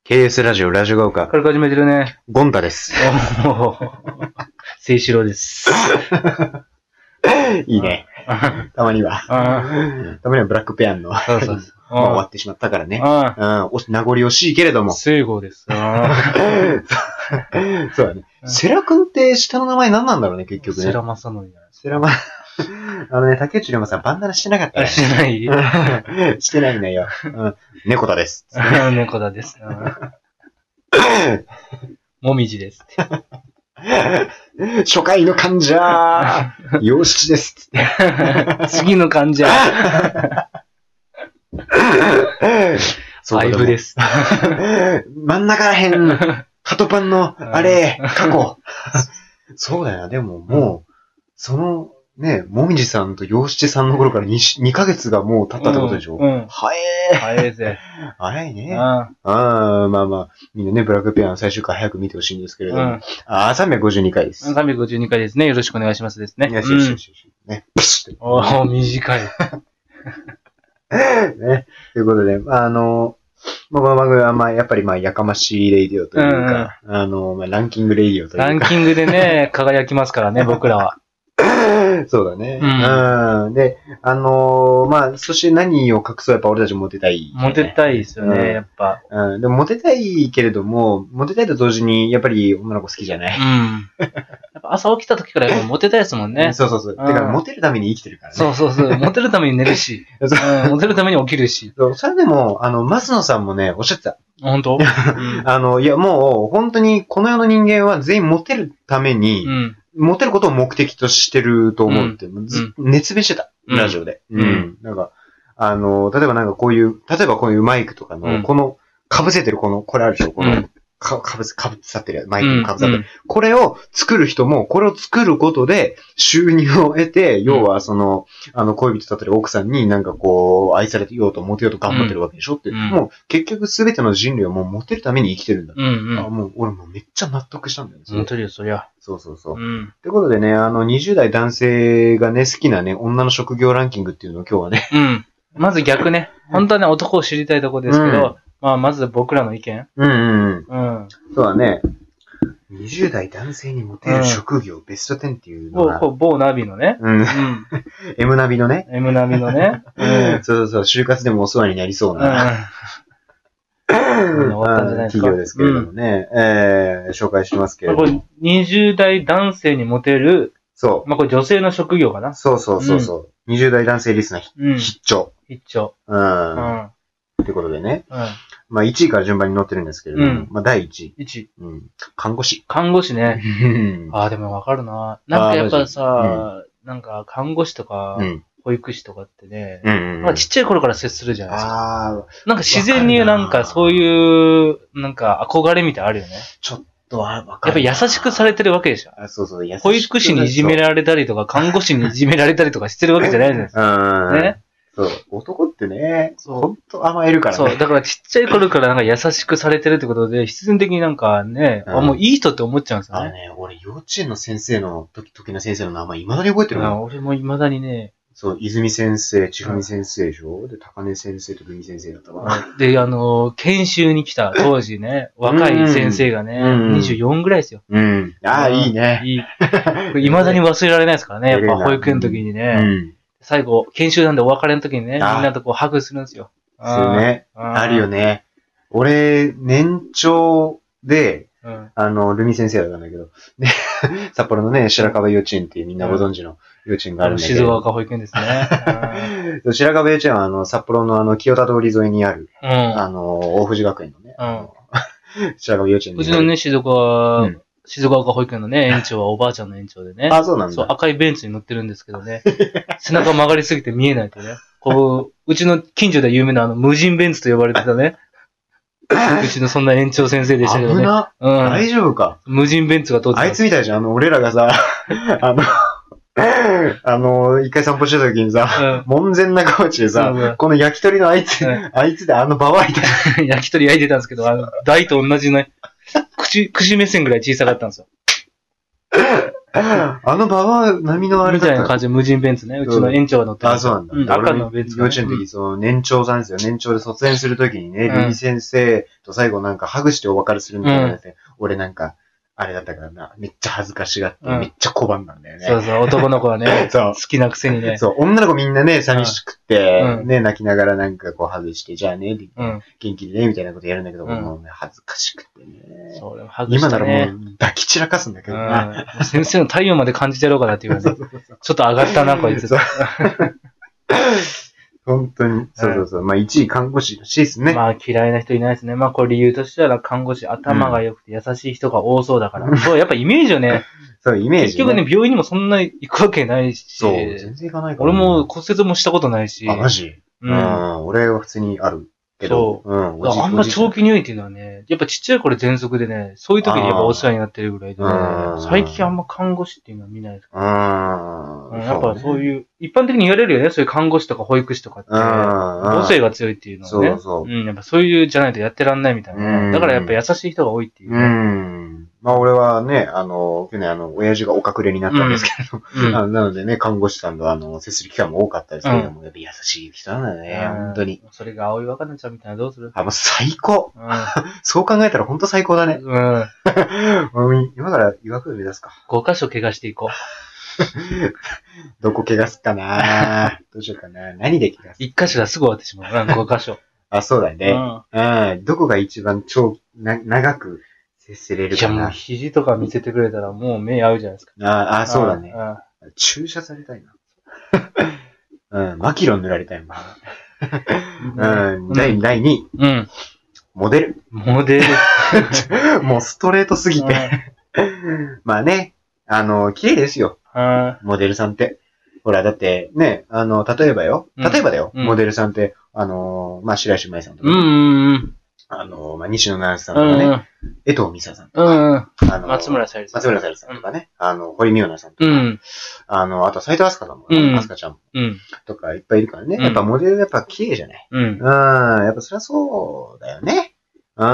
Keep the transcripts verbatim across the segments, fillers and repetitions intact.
ケーエス ラジオ、ラジオが丘。 軽く始めてるね。 ゴンタです。 おお。聖四郎です。 いいね。たまには。たまにはブラックペアンの。そうそうそう。もう終わってしまったからね。うん。名残惜しいけれども。 聖護です。そうだね。セラ君って下の名前何なんだろうね、結局ね。 セラマサノリじゃないですか。 セラマ、あのね、竹内涼真さんバンダナしてなかったね。 してないしてないんだよ。猫田です。 猫田です。もみじです。 初回の患者よしちです。 次の患者アイブです。 真ん中らへん、ハトパンの、あれ、過去。そうだよな、でももう、その、ね、もみじさんとよしちさんの頃から 2, にヶ月がもう経ったってことでしょ。うん。うん、早え。 早いぜ。 早いね。ああ、まあまあ、みんなね、ブラックペアの最終回早く見てほしいんですけれども。うん、ああ、さんびゃくごじゅうにかいです。 さんびゃくごじゅうにかいですね。よろしくお願いしますですね。 よしよしよしよし。ね。 おー、短い。 ね。ということで、あの、まあ、この番組は、まあ、やっぱり、まあ、やかましいレイディオというか、うんうん、あの、まあ、ランキングレイディオというか。 ランキングでね、輝きますからね、僕らは。 そうだね。うん。うん、で、あのー、まあ、そして何を隠そうやっぱ俺たちモテたい、 ね。モテたいですよね、うん、やっぱ。 うん。でもモテたいけれども、モテたいと同時に、やっぱり女の子好きじゃない。うん。 やっぱ朝起きた時からやっぱモテたいですもんね。 そうそうそう。だからモテるために生きてるからね。 そうそうそう。モテるために寝るし。うん、モテるために起きるし。 そう。それでも、あの、増野さんもね、おっしゃってた。 本当？うん、 あの、いや、もう、本当に、この世の人間は全員モテるために、うんモテることを目的としてると思うって、うん、ず熱弁してた、うん、ラジオで。うん。うん、なんか、あの、例えばなんかこういう、例えばこういうマイクとかの、この、被せてるこの、これあるでしょこの、うん、か、かぶせ、かぶさってるやつ、マイクのかぶさってる、うん。これを作る人も、これを作ることで収入を得て、要はその、あの、恋人だったり奥さんになんかこう、愛されてようとモテようと頑張ってるわけでしょって。うん、もう結局すべての人類はもうモテるために生きてるんだ。うんうん、あもう俺もめっちゃ納得したんだよね。 モテるよ、そりゃ。 そうそうそう。うん。ってことでね、あの、にじゅう代男性がね、好きなね、女の職業ランキングっていうのを今日はね。 うん。まず逆ね。本当はね、男を知りたいところですけど、うん、まあ、まず僕らの意見。 うんうんうん。うん。そうだね。にじゅう代男性にモテる職業、うん、ベストじゅうっていうのが。 某ナビのね。 うん。うん、M ナビのね。 M ナビのね。 うん。そうそうそう、就活でもお世話になりそうな。うん終わったんじゃないですか。企業ですけれどもね、うん、えー、紹介しますけれども。 これにじゅう代男性にモテる、そう。まあ、これ女性の職業かな。 そうそうそうそう、うん。にじゅう代男性リスナー、うん、必聴。 必聴。 うん。うん。ってことでね。うん。まあ、いちいから順番に載ってるんですけれども、うん、まあ、だいいちい。 いちい。 うん。看護師。 看護師ね。ああ、でもわかるな。なんかやっぱさ、うん、なんか看護師とか、うん保育士とかってね、うんうんうん、まあ、ちっちゃい頃から接するじゃないですか。あなんか自然になんかそういう、なんか憧れみたいあるよね。 ちょっとはわかる。やっぱ優しくされてるわけでしょ。 あそうそう、優しく。 保育士にいじめられたりとか、看護師にいじめられたりとかしてるわけじゃないじゃないですか。ね。 そう。男ってね、ほんと甘えるからね。 そう。だからちっちゃい頃からなんか優しくされてるってことで、必然的になんかね、うん、あもういい人って思っちゃうんですよね。 あね、俺幼稚園の先生の時、時の先生の名前未だに覚えてるもん。 俺も未だにね、 そう、泉先生、千文先生でしょ、うん、で、高根先生とルミ先生だったわ。 で、あの、研修に来た当時ね、若い先生がね、うん、にじゅうよんぐらいですよ。 うん。ああ、いいね。 いい。未だに忘れられないですからね、やっぱ保育園の時にね。うん、最後、研修なんでお別れの時にね、みんなとこうハグするんですよ。 そうね。あるよね。俺、年長で、うん、あの、ルミ先生だったんだけど、で、札幌のね、白樺幼稚園っていうみんなご存知の幼稚園があるんだけど。 静岡保育園ですね。 白樺幼稚園は、あの、札幌のあの、清田通り沿いにある、うん、あの、大藤学園のね、うん、白樺幼稚園うちのね、静岡、うん、静岡保育園のね、園長はおばあちゃんの園長でね。 あ、そうなんだ。 そう、赤いベンツに乗ってるんですけどね。背中曲がりすぎて見えないとね。こう、うちの近所で有名なあの、無人ベンツと呼ばれてたね。うちのそんな園長先生でしたけどね。 危な。うん。大丈夫か。 無人ベンツが通ってた。 あいつみたいじゃん。あの、俺らがさ、あの、あの、一回散歩した時にさ、うん、門前仲町でさ、うん、この焼き鳥のあいつ、うん、あいつであのババアいた。 焼き鳥焼いてたんですけど、あの、大と同じね、口、口目線ぐらい小さかったんですよ。 あのババア並みのあれだった。 みたいな感じで無人ベンツね。うちの園長が乗ってる。 あ、そうなんだ。 うん、赤のベンツ、 ね。幼稚園の時、その年長さんですよ。年長で卒園するときにね、リリ先生と最後なんかハグしてお別れするんだけど、ね、うん、俺なんか、あれだったからな、めっちゃ恥ずかしがって、めっちゃ拒んだんだよね。 そうそう、男の子はね、そう好きなくせにね。 そう、女の子みんなね、寂しくて、うん、ね、泣きながらなんかこうハグして、じゃあね、うん、元気でね、みたいなことやるんだけど、うん、もうね、恥ずかしくてね。そう、でもハグしてね。今ならもう抱き散らかすんだけどな。 うん、先生の太陽まで感じてやろうかなっていうね。ちょっと上がったな、こいつ。 本当に。そうそうそう。うん、まあ、一位看護師らしいですね。 まあ、嫌いな人いないですね。まあ、これ理由としては、看護師、頭が良くて優しい人が多そうだから。うん、そう、やっぱイメージよね。 そう、イメージ、ね。 結局ね、病院にもそんな行くわけないし。 そう、全然行かないから、 ね。俺も骨折もしたことないし。 あ、マジうん。うん、俺は普通にある。けど、 そう。うん。あんま長期入院っていうのはね、やっぱちっちゃい頃喘息でね、そういう時にやっぱお世話になってるぐらいで、ね、最近あんま看護師っていうのは見ないですから、ね。やっぱそういう、一般的に言われるよね、そういう看護師とか保育士とかって、母性が強いっていうのはね。そうそう。うん、やっぱそういうじゃないとやってらんないみたいな。だからやっぱ優しい人が多いっていう、ね。うん。 まあ俺はね、あの、去年あの、親父がお隠れになったんですけど、うん、なのでね、看護師さんとあの、接する機会も多かったですけれども、うん、やっぱ優しい人なんだよね、本当に。 それが青い若菜ちゃんみたいなどうする？ あ、もう最高、うん、そう考えたら本当最高だね。うん。今から医学部目指すか。 ご箇所怪我していこう。 どこ怪我すかなどうしようかな何で怪我す一箇所はすぐ終わってしまう。ご箇所。 あ、そうだね。うん。うん。どこが一番超、な、長く接せれるかな。 いやもう肘とか見せてくれたらもう目合うじゃないですか。 ああ、そうだね。注射されたいな。うん。マキロン塗られたいもん。うん。だい、だいにい。うん。モデル。 モデル。 もうストレートすぎて。まあね、あの、綺麗ですよ。モデルさんって。ほら、だって、ね、あの、例えばよ。例えばだよ。うん、モデルさんって、あの、まあ、白石麻衣さんとか。うんうんうん。あの、まあ、西野七瀬さんとかね。うん、江藤美沙さんとか。うん、 あの、松村沙莉さん。松村沙莉さんとかね。あの、堀美央奈さんとか。うん、あの、あと、斎藤飛鳥さんも、うん、飛鳥ちゃんも。うん、とか、いっぱいいるからね。やっぱモデルやっぱ綺麗じゃない。うん。うん。やっぱそりゃそうだよね。うん。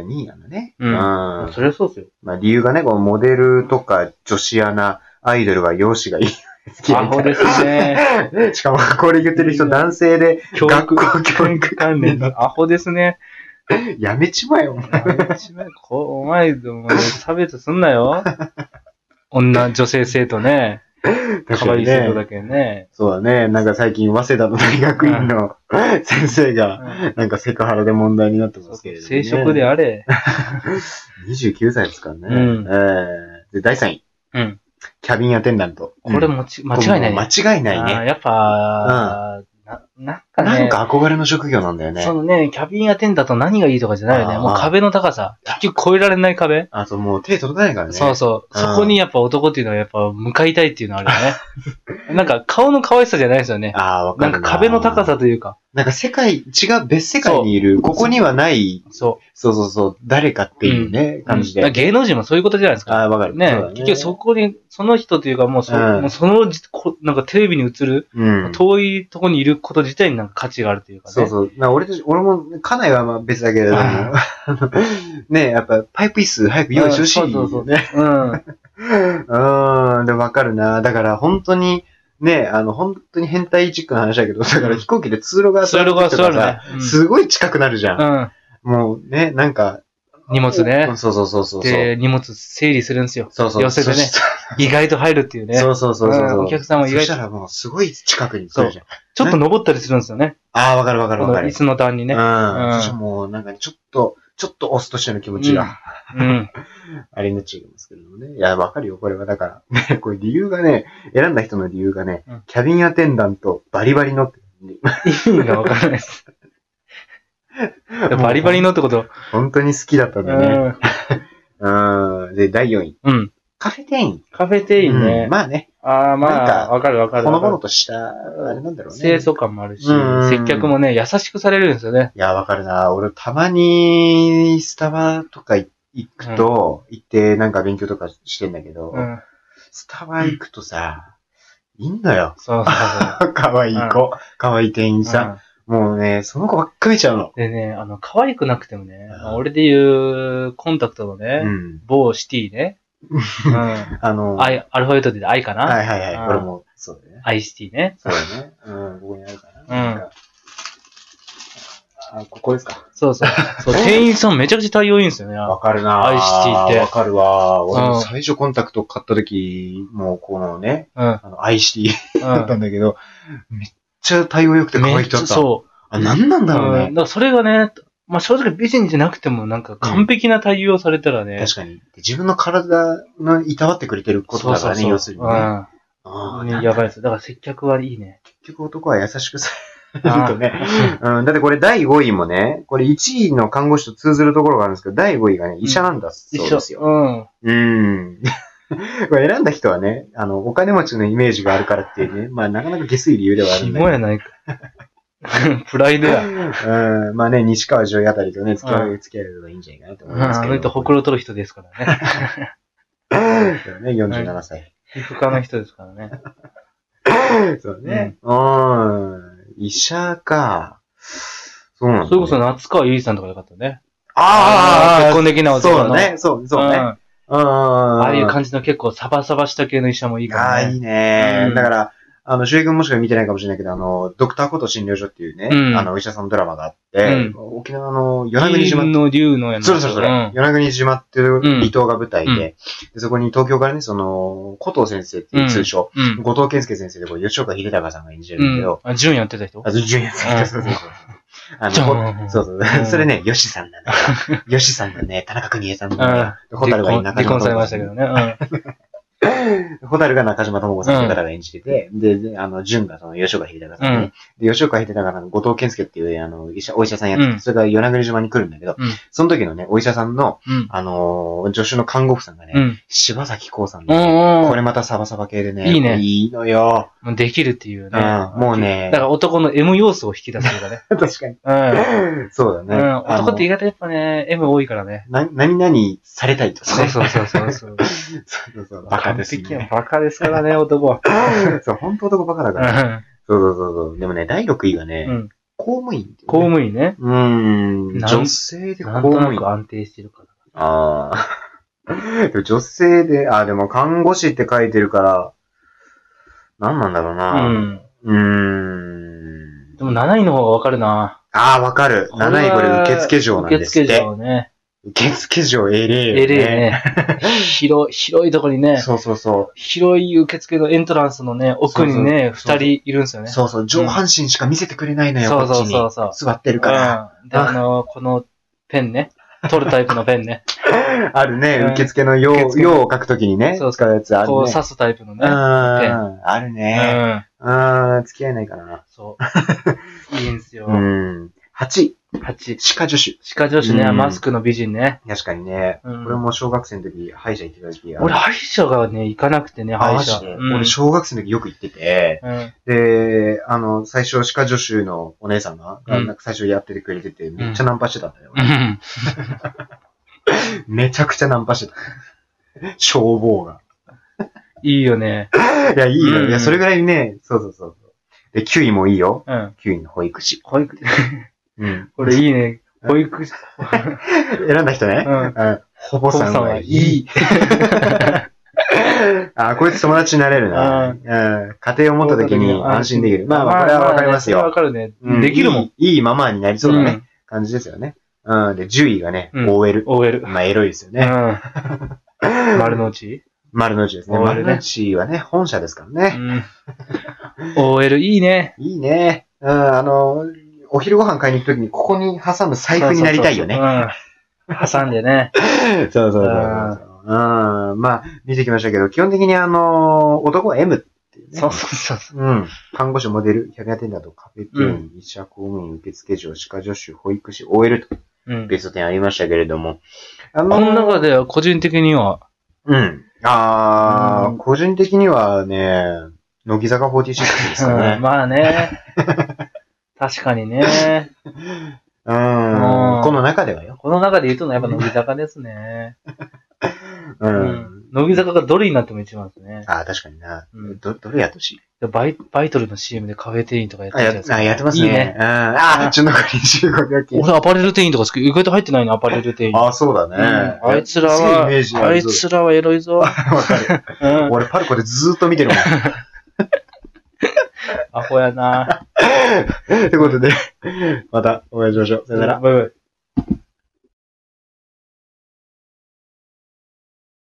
にいなんだね。 うん。うん。そりゃそうですよ。 まあ、理由がね、このモデルとか女子アナ、アイドルは容姿がいい。 アホですね。 しかも、これ言ってる人男性で、学校教育関連のアホですね。 やめちまえよ、お前。 やめちまえ。こお前、お前差別すんなよ。女、女性生徒ね。可愛い生徒だけね。 そうだね。なんか最近、早稲田の大学院の先生が、なんかセクハラで問題になってますけれども、ね。 生殖であれ。 にじゅうきゅうさいですからね。うん、えー、で、だいさんい。うん。キャビンアテンダント。 これもち、間違いないね。 間違いないね。 やっぱ、うんな、なんかね。 なんか憧れの職業なんだよね。 そのね、キャビンアテンダント何がいいとかじゃないよね。もう壁の高さ。結局超えられない壁。 あともう手届かないからね。 そうそう。そこにやっぱ男っていうのはやっぱ向かいたいっていうのはあるよね。なんか顔の可愛さじゃないですよね。ああ、わかるな。なんか壁の高さというか。 なんか世界、違う別世界にいる、ここにはない、そう。そうそうそう、誰かっていうね、うん、感じで、 うん。芸能人もそういうことじゃないですか。 ああ、わかる。 ね。ね結局そこに、その人というかもうそ、うん、もうその、なんかテレビに映る、うん、遠いところにいること自体になんか価値があるというかね。 そうそう。な俺と、俺も、家内はまあ別だけれども、ねやっぱパイプ椅子早く用意してほしい、ね。そうそうそう。ね。うん。うん、でもわかるな。だから本当に、ねあの、本当に変態チックな話だけど、だから飛行機で通路が座るとかさ、ねうん、すごい近くなるじゃん。うん。もうね、なんか、 荷物ね。 そうそうそうそう。 で、荷物整理するんですよ。そうそう。寄せてね。意外と入るっていうね。 そうそうそうそう、うん。 お客さんも意外と。 そしたらもうすごい近くに来るじゃん。 ちょっと登ったりするんですよね。 ああ、わかるわかるわかる。 椅子の段にね。 うん。そしたらもうなんかね、ちょっと、ちょっと押すとしての気持ちが。うん。うん、あれになっちゃいますけどもね。いや、わかるよ、これは。だから。ね、これ理由がね、選んだ人の理由がね、うん、キャビンアテンダントバリバリのって。 意味がわからないです。バリバリのってこと本当に好きだったんだね。うん。で、だいよんい。うん。カフェ店員。 カフェ店員ね。 うん、まあね。 ああ、まあ、わかるわかる。 ほのぼのとした、あれなんだろうね。 清楚感もあるし、接客もね、優しくされるんですよね。 いや、わかるな。俺、たまに、スタバとか行くと、うん、行って、なんか勉強とかしてんだけど、うん、スタバ行くとさ、いいんだよ。そうそうそう。かわいい子。かわいい店員さん。うんもうね、その子ばっかりちゃうの。 でね、あの、可愛くなくてもね、まあ、俺で言うコンタクトのね、うん、某シティね、 あの、 アイ、アルファベットで愛かな。 はいはいはい。これも、そうだね。 アイシティね。 そうだね。うん、ここにあるかな。うん。あ、ここですか。 そうそう。そう、店員さんめちゃくちゃ対応いいんですよね。 わかるなアイシティって。 わかるわ。俺も最初コンタクト買った時、もうこのね、うん、あの、アイシティだったんだけど、めっちゃ対応良くて可愛い人だった。そう。あ、なんなんだろうね。うん、 だからそれがね、まあ正直美人じゃなくてもなんか完璧な対応されたらね。 うん、確かに。自分の体のいたわってくれてることだからね、そうそうそう要するにね。うん、 ああ。やばいです。だから接客はいいね。 結局男は優しくされるとね。うん。だってこれだいごいもね、これいちいの看護師と通ずるところがあるんですけど、だいごいがね、医者なんだそうですよ。うん。うん。これ選んだ人はね、あの、お金持ちのイメージがあるからっていうね、まあなかなか下水理由ではあるんだけど。 ひもやないか。プライドや。 うん。まあね、西川女医あたりとね、付き合い、付き合えればいいんじゃないかなと思いますけど。 あの人、ほくろ取る人ですからね。そうね、よんじゅうななさい。 皮膚科の人ですからね。 そうね。うん。医者か。そうなんだ、ね。 それこそ夏川ゆりさんとかよかったね。 ああ、 結婚できない男の。 そうね、そう、そうね。うん。 ああいう感じの結構サバサバした系の医者もいいからね。 ああ、いいね、うん。だから、あの、周平君もしか見てないかもしれないけど、あの、ドクターこと診療所っていうね、うん、あの、お医者さんのドラマがあって、うん、沖縄の与那国島。 の竜のやつ。 そうそうそう。与那国島っていう離島が舞台で、うん、で、そこに東京からね、その、古藤先生っていう通称、うん、後藤健介先生で、こう、吉岡秀隆さんが演じるんだけど。 あ、純やってた人あ、純やってた人。そうそうそう。あの、そうそう。それね、吉さんだね。吉さんだね。田中邦衛さんだね。ホタルが中島。 離婚されましたけどね。 ホタルが中島智子さんという方が演じてて、うん、で、で、あの、純がその吉岡秀隆さんね、うん。で、吉岡秀隆さんが後藤健介っていう、あの、医者、お医者さんやってて、うん、それが与那国島に来るんだけど、うん、その時のね、お医者さんの、うん、あのー、助手の看護婦さんがね、うん、柴咲コウさんで、ね、これまたサバサバ系でね、 いいね。 いいのよ。 できるっていうね。 うん、もうね。 だから男の M 要素を引き出すからね。 確かに。うん。そうだね。うん。 男って意外とやっぱね、M 多いからね。 な、何々されたいとかね。そうそうそうそう。 そうそう。バカですね。 バカですからね、男は。 そう、本当男バカだから。そうそうそうそう。でもね、だいろくいがね、うん、公務員、ね。 公務員ね。 うーん。女性で公務員。 なんとなく安定してるから。 ああ。女性で、あ、でも看護師って書いてるから、何なんだろうな。うん。うーん。 でもなないの方がわかるな。 ああ、わかる。なないこれ受付嬢なんですって。 受付嬢ね。 受付嬢エレーよね。 エレーね。広い、広いとこにね。 そうそうそう。 広い受付のエントランスのね、奥にね、二人いるんですよね。 そうそう、上半身しか見せてくれないのよ、 そうそうそうそう。座ってるから。 で、あの、このペンね。取るタイプのペンね。 あるね、受付の用、用を書くときにね、使うやつあるね。 こう刺すタイプのね、ペン。あるね。うん。付き合えないかな。 そう。いいんすよ。 うん。はち。 はち。 歯科助手。 歯科助手ね、マスクの美人ね。 確かにね。これも小学生の時、歯医者行ってた時。 俺、歯医者がね、行かなくてね、歯医者。 俺、小学生の時よく行ってて、で、あの、最初、歯科助手のお姉さんが、なんか最初やっててくれてて、めっちゃナンパしてたんだよ。めちゃくちゃナンパしてた。消防が。 いいよね。 いや、いいよ。いや、それぐらいね、そうそうそう。で、きゅういもいいよ。うん。きゅういの保育士。 保育士。うん。これいいね。保育士。 選んだ人ね。うん。保母さんはいい。あ、こいつ友達になれるな。うん。家庭を持った時に安心できる。まあまあ、これはわかりますよ。 わかるね。できるもん。 いいママになりそうだね。感じですよね。うん。で、じゅういがね、オーエル。 オーエル。 まあ、エロいですよね。 うん。丸の内丸の内ですね。丸の内はね、本社ですからね。 うん。オーエル いいね。 いいね。うん、あの、お昼ご飯買いに行くときにここに挟む財布になりたいよね。 挟んでね。 そうそうそうそう。うん。まあ、見てきましたけど、基本的にあの、男は M っていうね。 そうそうそう。 うん。看護師、モデル、百貨店だとカフェ店員、医者、公務員、受付嬢、歯科助手、保育士、オーエルと、ベストテンありましたけれども。 あのー、この中では個人的には、 うん。あー、個人的にはね、乃木坂フォーティーシックスですかね。 まあね。確かにね。 うん。この中ではよ。 この中で言うとやっぱ乃木坂ですね。 うん。 乃木坂がドルになっても一番ですね。 ああ、確かにな。うん、ど、どれやってほしいバイ、バイトルの シーエム でカフェ店員とかやってるじゃないですか。 あ、やってますね。いいね。うん。ああ、ちょっと残りじゅうごびょうき。 俺アパレル店員とか好き。意外と入ってないの、アパレル店員。 ああ、そうだね。 うん、あいつらは、あいつらはエロいぞ。わかる。うん、俺パルコでずーっと見てるもん。 アホやな。 ってことで、またお会いしましょう。さよなら。 バイバイ。